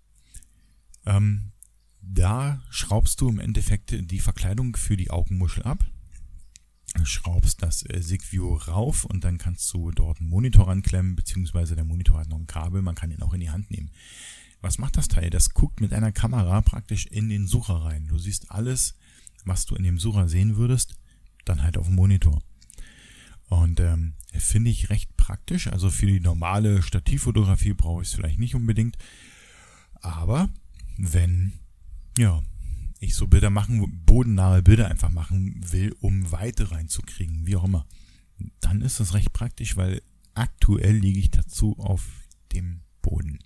Da schraubst du im Endeffekt die Verkleidung für die Augenmuschel ab. schraubst das Sigview rauf und dann kannst du dort einen Monitor ranklemmen, beziehungsweise der Monitor hat noch ein Kabel, man kann ihn auch in die Hand nehmen. Was macht das Teil? Das guckt mit einer Kamera praktisch in den Sucher rein. Du siehst alles, was du in dem Sucher sehen würdest, dann halt auf dem Monitor. Und finde ich recht praktisch. Also für die normale Stativfotografie brauche ich es vielleicht nicht unbedingt. Aber wenn ich so Bilder bodennahe Bilder einfach machen will, um Weite reinzukriegen, wie auch immer, dann ist das recht praktisch, weil aktuell liege ich dazu auf dem Boden.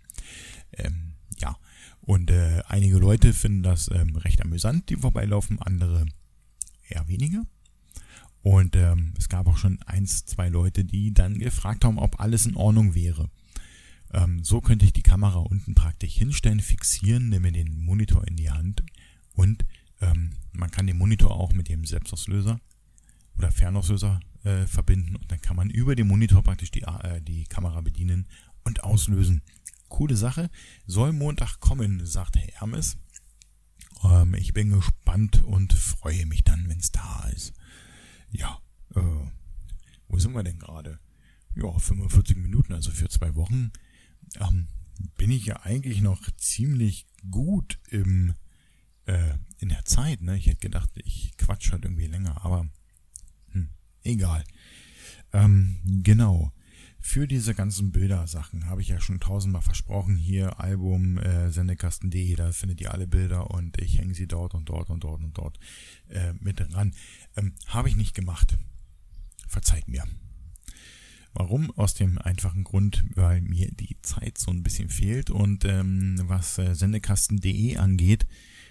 Und einige Leute finden das recht amüsant, die vorbeilaufen, andere eher weniger. Und es gab auch schon 1-2 Leute, die dann gefragt haben, ob alles in Ordnung wäre. So könnte ich die Kamera unten praktisch hinstellen, fixieren, nehme den Monitor in die Hand und man kann den Monitor auch mit dem Selbstauslöser oder Fernauslöser verbinden und dann kann man über den Monitor praktisch die Kamera bedienen und auslösen. Coole Sache. Soll Montag kommen, sagt Herr Hermes. Ich bin gespannt und freue mich dann, wenn es da ist. Ja, wo sind wir denn gerade? Ja, 45 Minuten, also für 2 Wochen. Bin ich ja eigentlich noch ziemlich gut in der Zeit. Ne? Ich hätte gedacht, ich quatsch halt irgendwie länger, aber egal. Genau. Für diese ganzen Bildersachen habe ich ja schon 1000-mal versprochen. Hier Album sendekasten.de, da findet ihr alle Bilder und ich hänge sie dort und dort und dort und dort mit dran. Habe ich nicht gemacht. Verzeiht mir. Warum? Aus dem einfachen Grund, weil mir die Zeit so ein bisschen fehlt und was sendekasten.de angeht,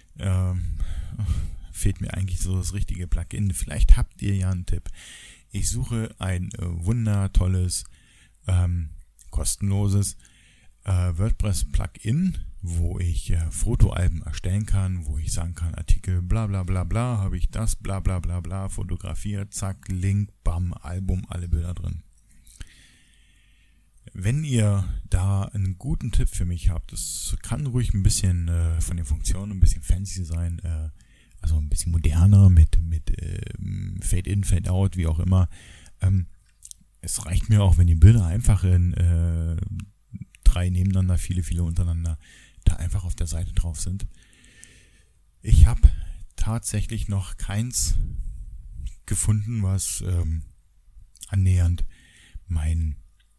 fehlt mir eigentlich so das richtige Plugin. Vielleicht habt ihr ja einen Tipp. Ich suche ein wundertolles kostenloses WordPress-Plugin, wo ich Fotoalben erstellen kann, wo ich sagen kann, Artikel bla bla bla bla, habe ich das bla bla bla bla fotografiert, zack, Link, bam, Album, alle Bilder drin. Wenn ihr da einen guten Tipp für mich habt, das kann ruhig ein bisschen von den Funktionen ein bisschen fancy sein, also ein bisschen moderner mit Fade-In, Fade-Out, wie auch immer. Es reicht mir auch, wenn die Bilder einfach in 3 nebeneinander, viele untereinander, da einfach auf der Seite drauf sind. Ich habe tatsächlich noch keins gefunden, was annähernd meinen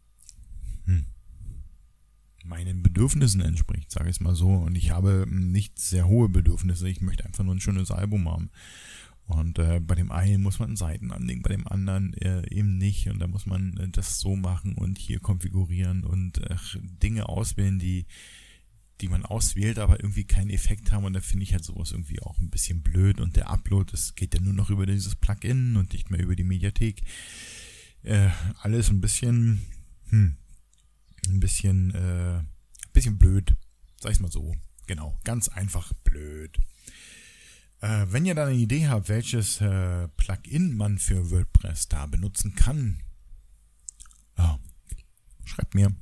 Bedürfnissen entspricht, sage ich es mal so. Und ich habe nicht sehr hohe Bedürfnisse. Ich möchte einfach nur ein schönes Album haben. Und bei dem einen muss man Seiten anlegen, bei dem anderen eben nicht. Und da muss man das so machen und hier konfigurieren und Dinge auswählen, die man auswählt, aber irgendwie keinen Effekt haben. Und da finde ich halt sowas irgendwie auch ein bisschen blöd. Und der Upload, das geht ja nur noch über dieses Plugin und nicht mehr über die Mediathek. Alles ein bisschen blöd. Sag ich mal so. Genau, ganz einfach blöd. Wenn ihr da eine Idee habt, welches Plugin man für WordPress da benutzen kann, schreibt mir.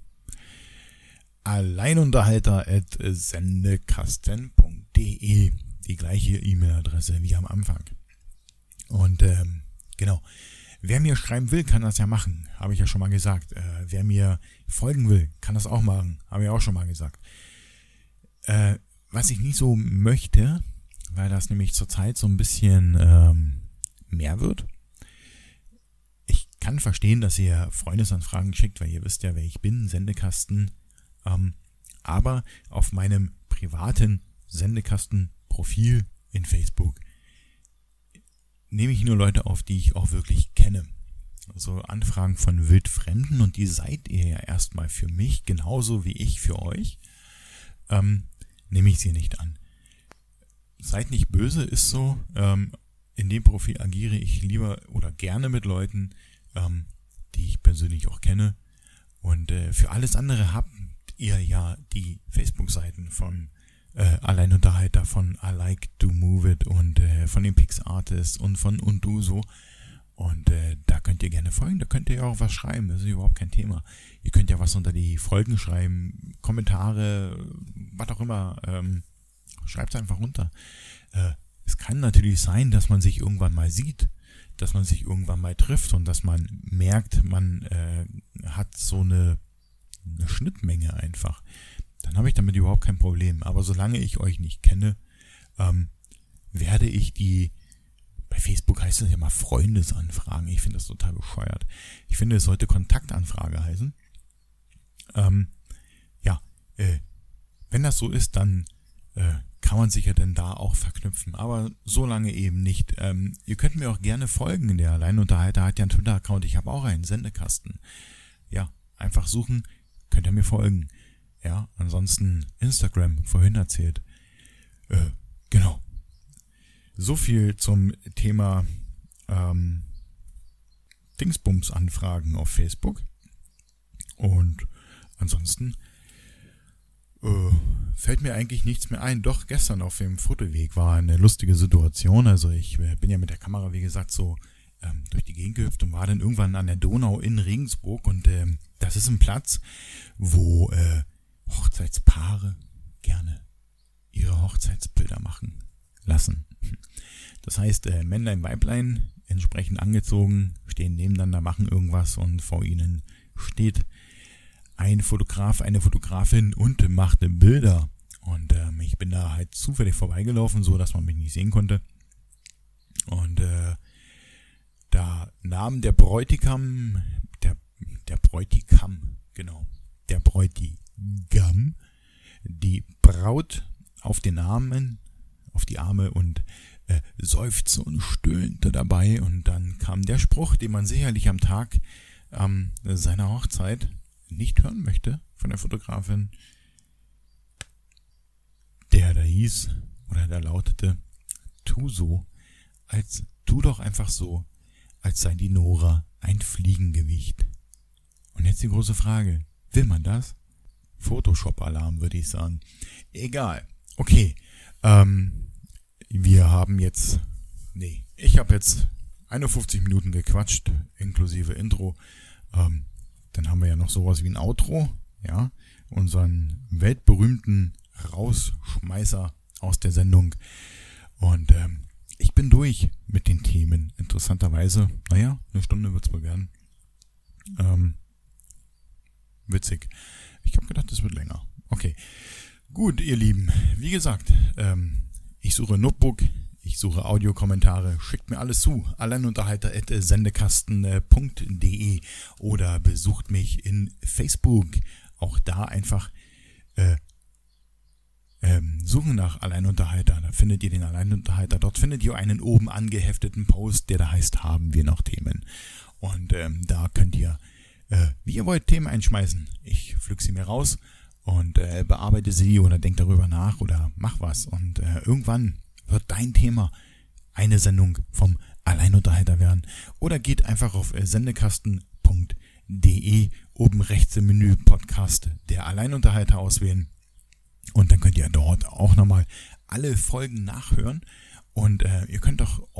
alleinunterhalter@sendekasten.de, die gleiche E-Mail-Adresse wie am Anfang. Und genau, wer mir schreiben will, kann das ja machen, habe ich ja schon mal gesagt. Wer mir folgen will, kann das auch machen, habe ich auch schon mal gesagt. Was ich nicht so möchte, weil das nämlich zurzeit so ein bisschen mehr wird. Ich kann verstehen, dass ihr Freundesanfragen schickt, weil ihr wisst ja, wer ich bin, Sendekasten. Aber auf meinem privaten Sendekasten-Profil in Facebook nehme ich nur Leute auf, die ich auch wirklich kenne. Also Anfragen von Wildfremden, und die seid ihr ja erstmal für mich, genauso wie ich für euch, nehme ich sie nicht an. Seid nicht böse, ist so. In dem Profil agiere ich lieber oder gerne mit Leuten, die ich persönlich auch kenne. Und für alles andere habt ihr ja die Facebook-Seiten von Alleinunterhalter, von I Like to Move It und von den PixArtists und von Unduso. Und da könnt ihr gerne folgen, da könnt ihr ja auch was schreiben, das ist überhaupt kein Thema. Ihr könnt ja was unter die Folgen schreiben, Kommentare, was auch immer. Schreibt es einfach runter. Es kann natürlich sein, dass man sich irgendwann mal sieht. dass man sich irgendwann mal trifft und dass man merkt, man hat so eine Schnittmenge einfach, dann habe ich damit überhaupt kein Problem. Aber solange ich euch nicht kenne, werde ich bei Facebook heißt das ja mal Freundesanfragen. Ich finde das total bescheuert. Ich finde, es sollte Kontaktanfrage heißen. Wenn das so ist, dann kann man sich ja dann da auch verknüpfen. Aber so lange eben nicht. Ihr könnt mir auch gerne folgen. Der Alleinunterhalter hat ja einen Twitter-Account. Ich habe auch einen Sendekasten. Ja, einfach suchen, könnt ihr mir folgen. Ja, ansonsten Instagram, vorhin erzählt. Genau. So viel zum Thema Dingsbums-Anfragen auf Facebook. Und ansonsten fällt mir eigentlich nichts mehr ein. Doch, gestern auf dem Fotoweg war eine lustige Situation. Also ich bin ja mit der Kamera, wie gesagt, so durch die Gegend gehüpft und war dann irgendwann an der Donau in Regensburg. Und das ist ein Platz, wo Hochzeitspaare gerne ihre Hochzeitsbilder machen lassen. Das heißt, Männlein, Weiblein, entsprechend angezogen, stehen nebeneinander, machen irgendwas und vor ihnen steht ein Fotograf, eine Fotografin und machte Bilder. Und ich bin da halt zufällig vorbeigelaufen, so dass man mich nicht sehen konnte. Und da nahm der Bräutigam, die Braut auf die Arme und seufzte und stöhnte dabei. Und dann kam der Spruch, den man sicherlich am Tag seiner Hochzeit nicht hören möchte von der Fotografin, der lautete: tu doch einfach so, als sei die Nora ein Fliegengewicht. Und jetzt die große Frage, will man das? Photoshop-Alarm, würde ich sagen. Egal. Okay. Ich habe jetzt 51 Minuten gequatscht, inklusive Intro. Dann haben wir ja noch sowas wie ein Outro, ja, unseren weltberühmten Rausschmeißer aus der Sendung. Und ich bin durch mit den Themen. Interessanterweise, eine Stunde wird es wohl werden. Witzig. Ich habe gedacht, es wird länger. Okay. Gut, ihr Lieben. Wie gesagt, ich suche Notebook, ich suche Audiokommentare, schickt mir alles zu. alleinunterhalter@sendekasten.de oder besucht mich in Facebook. Auch da einfach suchen nach Alleinunterhalter. Da findet ihr den Alleinunterhalter. Dort findet ihr einen oben angehefteten Post, der da heißt, haben wir noch Themen. Und da könnt ihr, wie ihr wollt, Themen einschmeißen. Ich pflück sie mir raus und bearbeite sie oder denk darüber nach oder mach was. Und irgendwann wird dein Thema eine Sendung vom Alleinunterhalter werden. Oder geht einfach auf sendekasten.de, oben rechts im Menü Podcast der Alleinunterhalter auswählen. Und dann könnt ihr dort auch nochmal alle Folgen nachhören. Und ihr könnt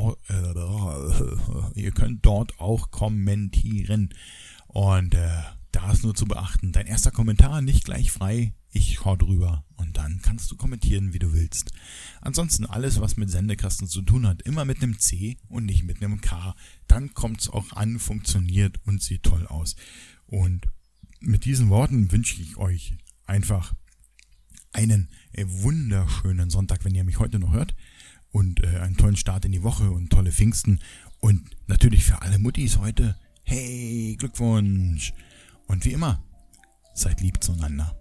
dort auch kommentieren. Und da ist nur zu beachten, dein erster Kommentar nicht gleich frei. Ich schau drüber und dann kannst du kommentieren, wie du willst. Ansonsten alles, was mit Sendekasten zu tun hat, immer mit einem C und nicht mit einem K. Dann kommt's auch an, funktioniert und sieht toll aus. Und mit diesen Worten wünsche ich euch einfach einen wunderschönen Sonntag, wenn ihr mich heute noch hört. Und einen tollen Start in die Woche und tolle Pfingsten. Und natürlich für alle Muttis heute, hey, Glückwunsch. Und wie immer, seid lieb zueinander.